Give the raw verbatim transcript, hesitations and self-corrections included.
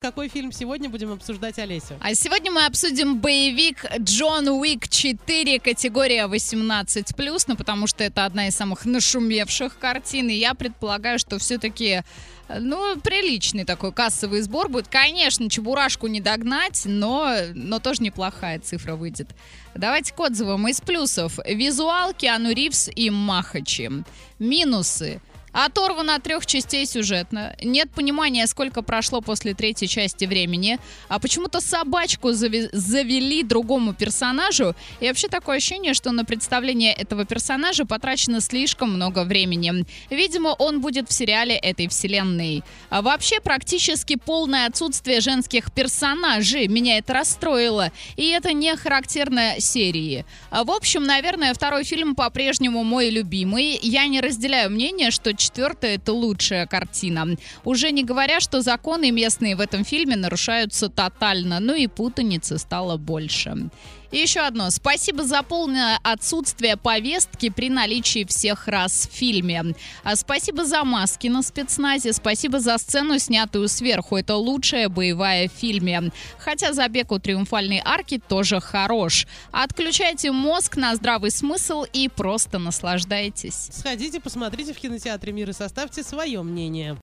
какой фильм сегодня будем обсуждать, Олеся? А сегодня мы обсудим боевик «Джон Уик четыре», категория восемнадцать плюс, ну потому что это одна из самых нашумевших картин, и я предполагаю, что все-таки... Ну, приличный такой кассовый сбор будет. Конечно, Чебурашку не догнать, но, но тоже неплохая цифра выйдет. Давайте к отзывам из плюсов. Визуал, Киану Ривз и Махачи. Минусы. Оторвано от трех частей сюжетно. Нет понимания, сколько прошло после третьей части времени. А почему-то собачку зави- завели другому персонажу. И вообще такое ощущение, что на представление этого персонажа потрачено слишком много времени. Видимо, он будет в сериале этой вселенной. А вообще практически полное отсутствие женских персонажей. Меня это расстроило. И это не характерно серии. А в общем, наверное, второй фильм по-прежнему мой любимый. Я не разделяю мнение, что четвертая — это лучшая картина. Уже не говоря, что законы местные в этом фильме нарушаются тотально, ну и путаницы стало больше. И еще одно. Спасибо за полное отсутствие повестки при наличии всех рас в фильме. А спасибо за маски на спецназе. Спасибо за сцену, снятую сверху. Это лучшая боевая в фильме. Хотя забег у Триумфальной арки тоже хорош. Отключайте мозг на здравый смысл и просто наслаждайтесь. Сходите, посмотрите в кинотеатре «Мир» и составьте свое мнение.